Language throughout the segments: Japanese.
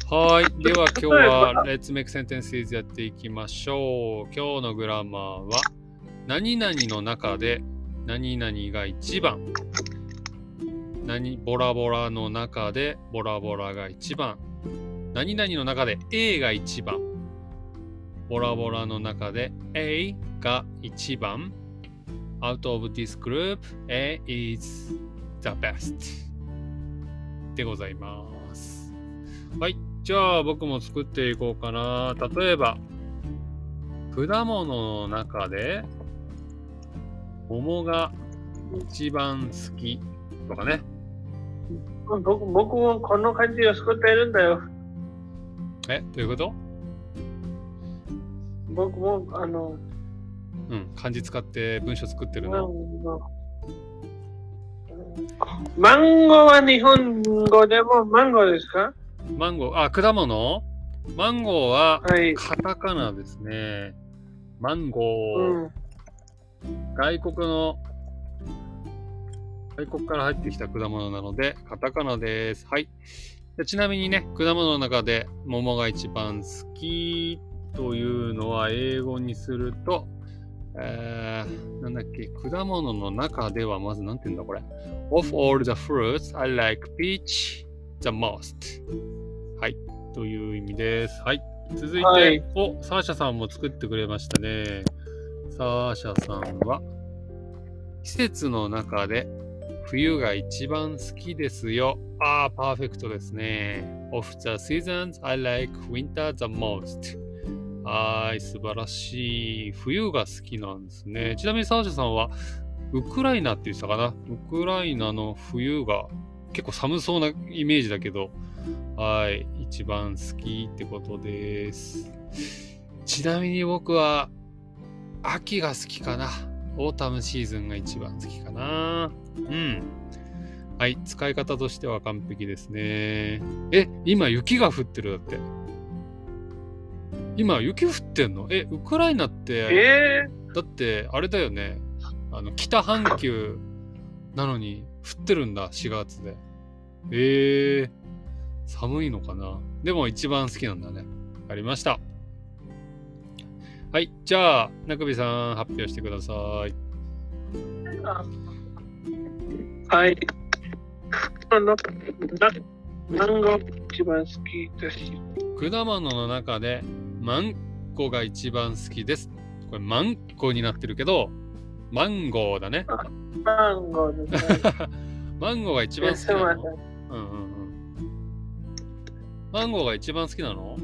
はい。では今日は Let's Make Sentences やっていきましょう。今日のグラマーは何々の中で何々が一番。ボラボラの中でボラボラが一番。何々の中で A が一番。ボラボラの中で A が一番。Out of this group, A is the best. でございます。はい。じゃあ僕も作っていこうかな。例えば、果物の中で桃が一番好きとかね。 僕もこの漢字を作っているんだよ。 どういうこと？ 僕も漢字使って文章作ってるの？ マンゴーは日本語でもマンゴーですか？ マンゴー、果物？マンゴーはカタカナですね。マンゴー。外国から入ってきた果物なので、カタカナです。はい。ちなみにね、果物の中で桃が一番好きというのは英語にすると、なんだっけ、果物の中ではまずなんて言うんだこれ。Of all the fruits, I like peach the most. はい。という意味です。はい。続いて、サーシャさんも作ってくれましたね。サーシャさんは、季節の中で冬が一番好きですよ。パーフェクトですね。Of the seasons, I like winter the most. 素晴らしい。冬が好きなんですね。ちなみにサーシャさんは、ウクライナって言ってたかな？ウクライナの冬が結構寒そうなイメージだけど、一番好きってことです。ちなみに僕は、秋が好きかな。オータムシーズンが一番好きかな。はい、使い方としては完璧ですね。今雪が降ってるだって。今雪降ってんの？ウクライナって、だってあれだよね。北半球なのに降ってるんだ、4月で。寒いのかな？でも一番好きなんだね。わかりました。はい、じゃあ、なくびさん発表してください。 はい。マンゴー一番好きです。 果物の中でマンゴーが一番好きです。これマンゴーになってるけど、マンゴーだね。 マンゴーですね。 マンゴーが一番好きなの？マンゴーが一番好きなの？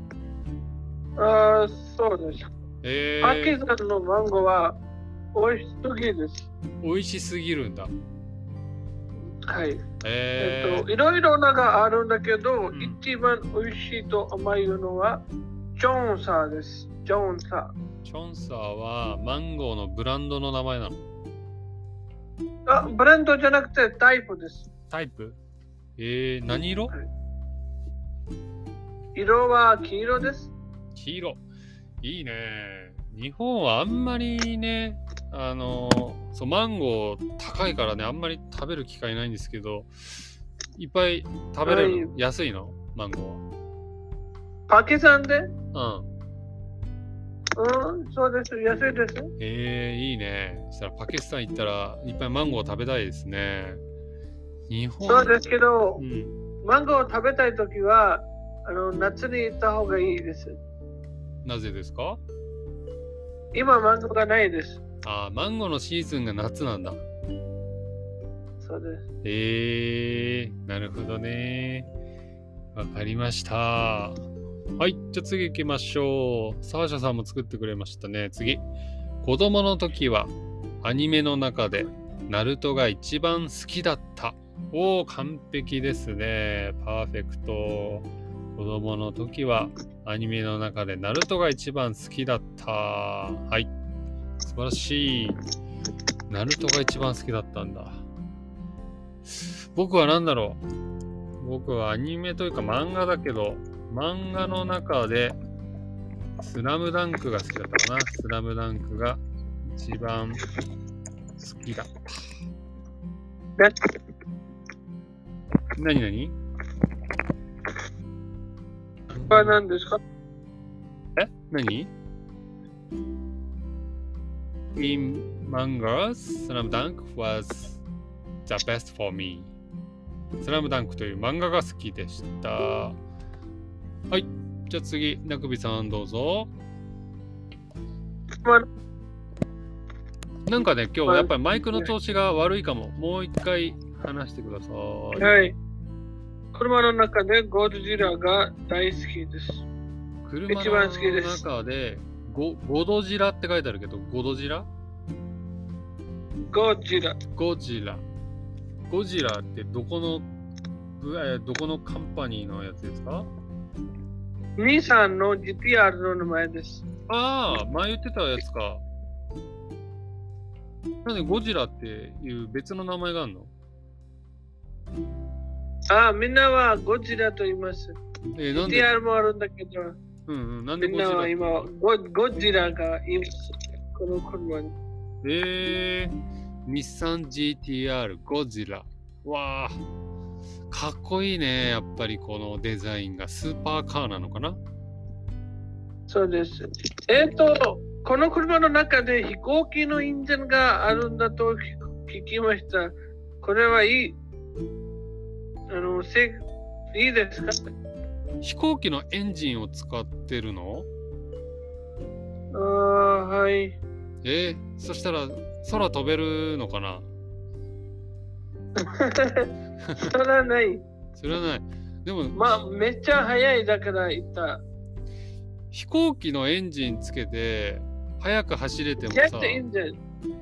そうです。パキスタンのマンゴーは美味しすぎです。 美味しすぎるんだ。 はい。いろいろながあるんだけど、一番美味しいと甘いのはチョンサーです。チョンサーはマンゴーのブランドの名前なの？ ブランドじゃなくてタイプです。 タイプ？何色？ 色は黄色です。 黄色。いいね。日本はあんまりね、マンゴー高いからね、あんまり食べる機会ないんですけど、いっぱい食べれるの？安いの？マンゴーは。パキスタンで？そうです。安いです。 いいね。そしたらパキスタン行ったらいっぱいマンゴー食べたいですね。日本。 そうですけど、マンゴーを食べたいときは、夏に行った方がいいです。 なぜですか？ 今マンゴーがないです。 マンゴーのシーズンが夏なんだ。 そうです。 なるほどね。わかりました。はい、じゃあ次行きましょう。サーシャさんも作ってくれましたね。次。子供の時はアニメの中でナルトが一番好きだった。完璧ですね。パーフェクト。子供の時はアニメの中でナルトが一番好きだった。はい。素晴らしい。ナルトが一番好きだったんだ。僕は何だろう。僕はアニメというか漫画だけど、漫画の中でスラムダンクが好きだったかな。スラムダンクが一番好きだった。何は何ですか？ 何 In mangas, Slam Dunk was the best for me. スラムダンクという漫画が好きでした。はい。じゃあ次、なくびさんどうぞ。なんかね、今日やっぱりマイクの調子が悪いかも。もう一回話してください。 はい。車の中でゴジラが大好きです。 車の中でゴドジラって書いてあるけど、ゴドジラ？ ゴジラ。 ゴジラってどこのカンパニーのやつですか？ ニサンの GTR の名前です。 ああ、前言ってたやつか。なんでゴジラっていう別の名前があるの？ みんなはゴジラと言います。 なんで GTR もあるんだけど、 なんでみんなは今ゴジラがいます。この車に。 日産 GTR ゴジラ。わあ、かっこいいね。やっぱりこのデザインがスーパーカーなのかな？ そうです。この車の中で飛行機のエンジンがあるんだと聞きました。これはいい。いいですか？ 飛行機のエンジンを使ってるの？ はい。 そしたら空飛べるのかな？ それはない。 でも、 めっちゃ速いだから言った。 飛行機のエンジンつけて速く走れてもさ、 ジェットエンジン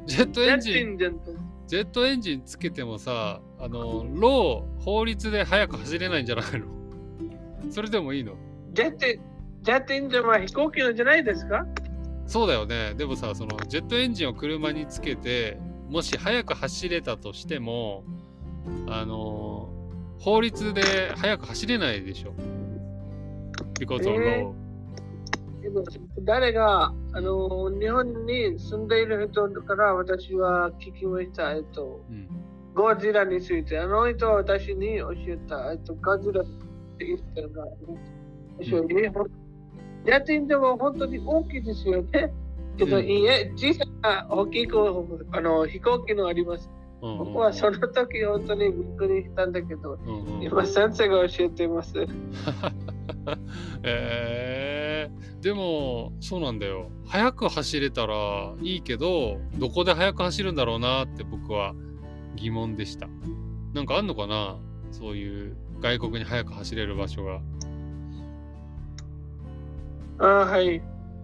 つけてもさ、法律で速く走れないんじゃないの？それでもいいの？ ジェットエンジンは飛行機のじゃないですか？ そうだよね。でもさ、そのジェットエンジンを車につけて、もし速く走れたとしても、法律で速く走れないでしょ。because of law。 誰が日本に住んでいる人から私は聞きました。ゴジラについて。人は私に教えた。ゴジラって言ってるのがあります。ジェットエンジンは本当に大きいですよね。けど、小さな大きい飛行機のあります。僕はその時本当にびっくりしたんだけど、今先生が教えています。 でもそうなんだよ。速く走れたらいいけど、どこで速く走るんだろうなって僕は疑問でした。なんかあんのかな？そういう外国に速く走れる場所が。 はい。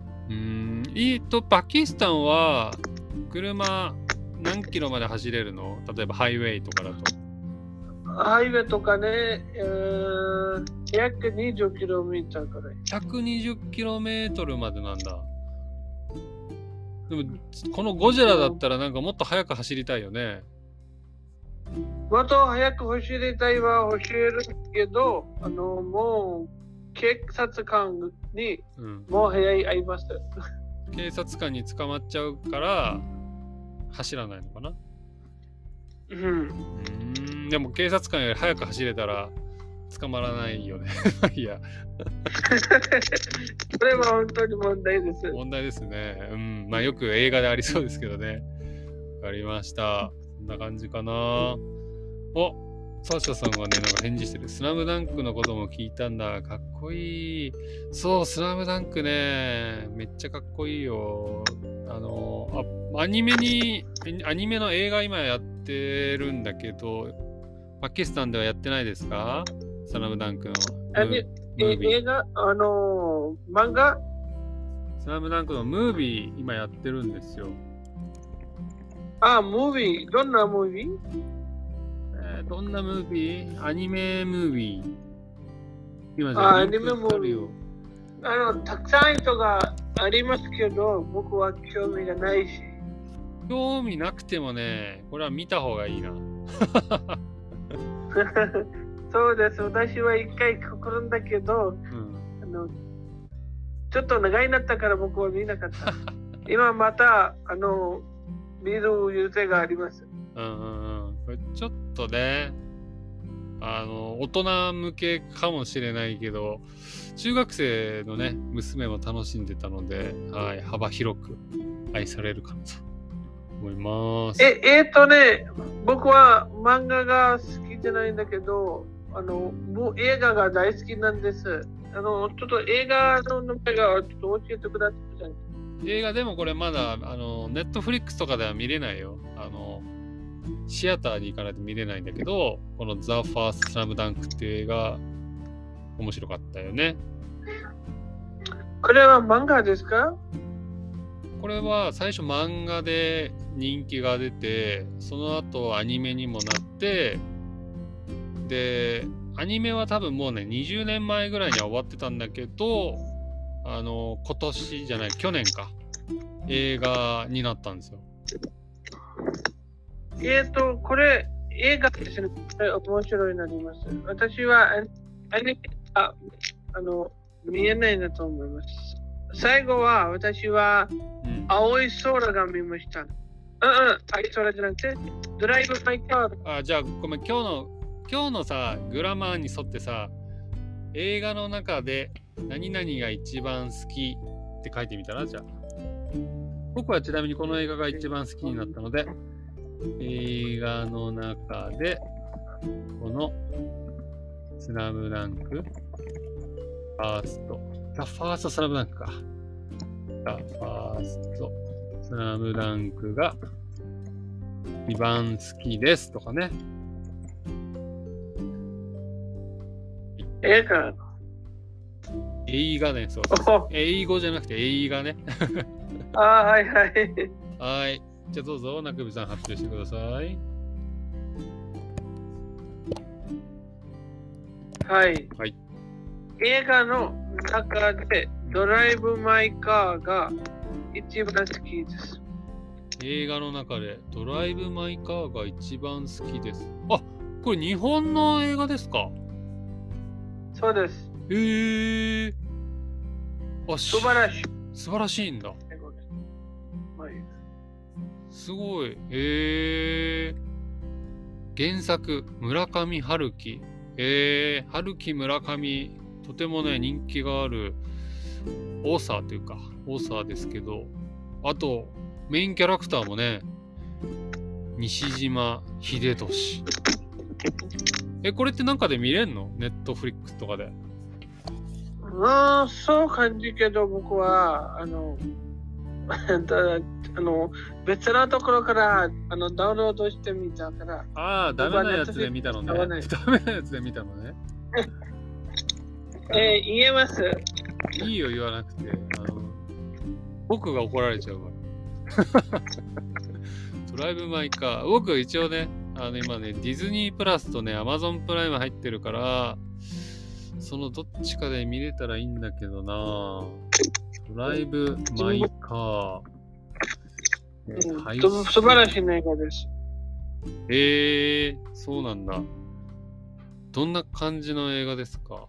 パキスタンは車何キロまで走れるの？例えばハイウェイとかだと。 ハイウェイとかね、120キロメートルくらい。 120キロメートルまでなんだ。でも、このゴジラだったらなんかもっと速く走りたいよね。 もっと速く走りたいは走れるけど、もう警察官にもう速い会います。 警察官に捕まっちゃうから走らないのかな？でも警察官より速く走れたら捕まらないよね。いや。 それは本当に問題です。 問題ですね。よく映画でありそうですけどね。わかりました。そんな感じかな。サーシャさんがね、なんか返事してる。スラムダンクのことも聞いたんだ。かっこいい。そう、スラムダンクね。めっちゃかっこいいよ。アニメの映画今やってるんだけど、パキスタンではやってないですか？スラムダンクの映画漫画？ スラムダンクのムービー今やってるんですよ。 ムービー？どんなムービー？ どんなムービー？アニメムービー。今じゃアニメムービー。たくさん人がありますけど、僕は興味がないし。 興味なくてもね、これは見た方がいいな。 そうです。私は一回来るんだけど、ちょっと長いなったから僕は見なかった。今また見る予定があります。 ちょっとね、 大人向けかもしれないけど、中学生のね、娘も楽しんでたので、はい、幅広く愛されるかなと思います。 僕は漫画が好きじゃないんだけど、映画が大好きなんです。ちょっと映画の名前がちょっと教えてください。 映画でもこれまだ、ネットフリックスとかでは見れないよ。シアターに行かないと見れないんだけど、このザ・ファースト・スラムダンクっていう映画、面白かったよね。 これは漫画ですか？ これは最初漫画で人気が出て、その後アニメにもなって、で、アニメは多分もうね、20年前ぐらいには終わってたんだけど、今年じゃない、去年か、映画になったんですよ。 これ、映画ですね。面白いなります。私はアニメは見えないなと思います。最後は私は青い空が見ました。青い空じゃなくて、ドライブ・マイ・カー。 じゃあごめん、今日のさ、グラマーに沿ってさ、映画の中で何々が一番好きって書いてみたら、じゃあ。僕はちなみにこの映画が一番好きになったので、映画の中で、このスラムダンク、ザ・ファーストスラムダンクか。ザ・ファーストスラムダンクが一番好きですとかね。 映画ね、そうそう。英語じゃなくて映画ね。 はいはい。 はい。じゃあどうぞ、中部さん発表してください。 はい。はい、映画の中でドライブ・マイ・カーが一番好きです。 映画の中でドライブ・マイ・カーが一番好きです。あ、これ日本の映画ですか？ そうです。素晴らしい。 素晴らしいんだ。すごい。原作、村上春樹。春樹村上、とてもね、人気があるオーサーというか、オーサーですけど、あと、メインキャラクターもね、西島秀俊。これってなんかで見れんの？ネットフリックスとかで。 そう感じけど、僕は、別なところからダウンロードしてみたから。 ダメなやつで見たのね。ダメなやつで見たのね。 言えます。 いいよ、言わなくて。僕が怒られちゃうから。ドライブ・マイ・カー。僕一応ね、今ね、ディズニープラスとね、アマゾンプライム入ってるから、そのどっちかで見れたらいいんだけどな。ドライブ・マイ・カー。素晴らしい映画です。 そうなんだ。どんな感じの映画ですか？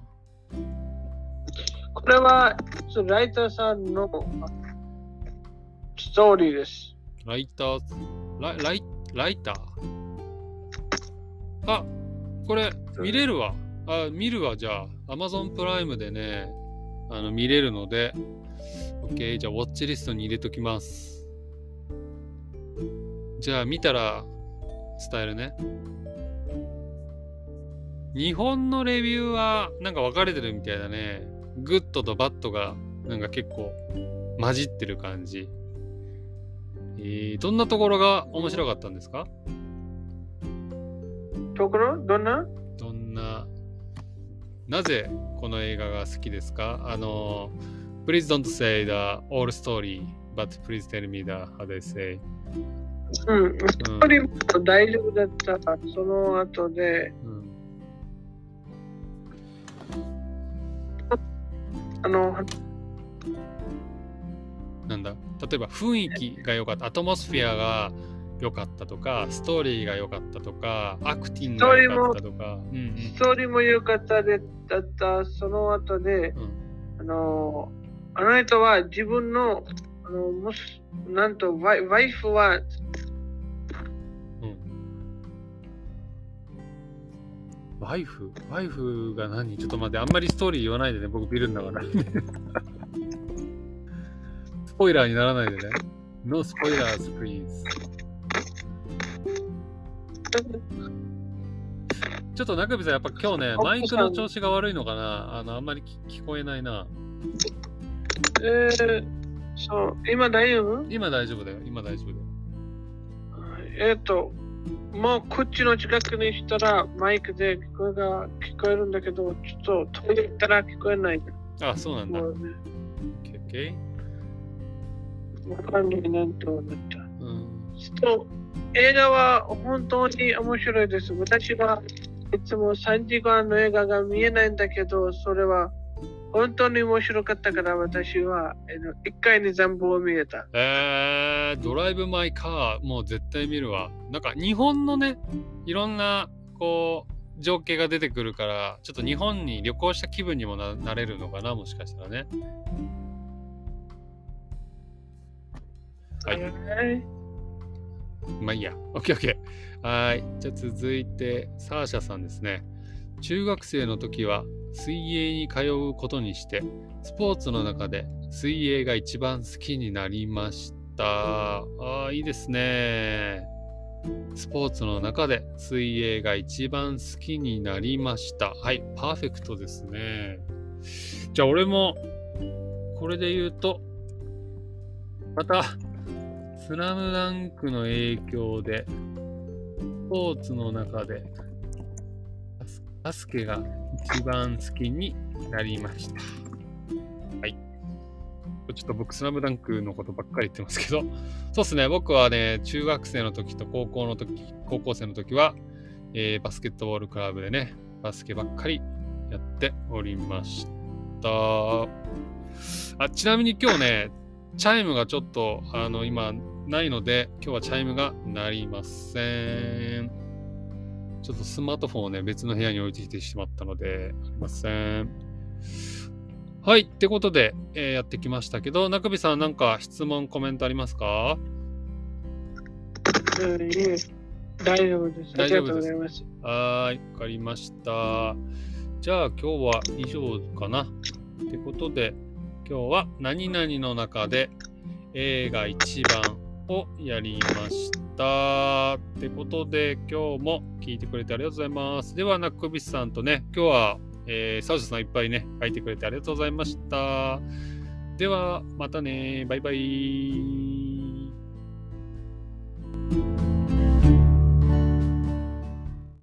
これはライターさんのストーリーです。 ライターこれ見れるわ。見るわ。じゃあ Amazon プライムでね見れるので OK。 じゃあウォッチリストに入れときます。じゃあ見たら伝えるね。日本のレビューはなんか分かれてるみたいだね。グッドとバッドがなんか結構混じってる感じ。どんなところが面白かったんですか？ どんななぜこの映画が好きですか？Please don't say the whole story, but please tell me the how they say. ストーリーも大丈夫だった。その後で、 なんだ、例えば雰囲気が良かった、アトモスフィアが良かったとか、ストーリーが良かったとか、アクティングが良かったとか、 ストーリーも良かっただった。その後で、あの人は自分のなんとワイフは、 ワイフが何？ちょっと待って、あんまりストーリー言わないでね、僕ビルんだから。スポイラーにならないでね。No spoilers, please. ちょっと中身さん、やっぱ今日ね、マイクの調子が悪いのかな？あんまり聞こえないな。 そう、今大丈夫？ 今大丈夫だよ。 もうこっちの近くにしたらマイクで聞こえるんだけど、ちょっとトイレ行ったら聞こえない。 あ、そうなんだ。 もうね、 OK。 わかんないなと思った。そう、映画は本当に面白いです。私はいつも3時間の映画が見えないんだけど、それは本当に面白かったから私は1回に全部を見えた。 ドライブ・マイ・カー、もう絶対見るわ。なんか日本のね、いろんなこう情景が出てくるから、ちょっと日本に旅行した気分にも なれるのかな、もしかしたらね。はい。まあいいや。OK。はい。じゃあ続いて、サーシャさんですね。中学生の時は水泳に通うことにして、スポーツの中で水泳が一番好きになりました。いいですね。スポーツの中で水泳が一番好きになりました。はい、パーフェクトですね。じゃあ俺もこれで言うと、またスラムダンクの影響でスポーツの中でバスケが一番好きになりました。はい。ちょっと僕スラムダンクのことばっかり言ってますけど、そうですね。僕はね、中学生の時と高校生の時は、バスケットボールクラブでね、バスケばっかりやっておりました。ちなみに今日ね、チャイムがちょっと今ないので、今日はチャイムが鳴りません。ちょっとスマートフォンをね、別の部屋に置いてきてしまったので、ありません。はい。ってことで、やってきましたけど、中身さん、なんか質問、コメントありますか？ いえ、大丈夫です。ありがとうございます。 はい。わかりました。じゃあ、今日は以上かな。ってことで、今日は何々の中で映画1番をやりました。ってことで、今日も聞いてくれてありがとうございます。では、中身さんとね、今日はサウジさんいっぱいね、書いてくれてありがとうございました。では、またね。バイバイ。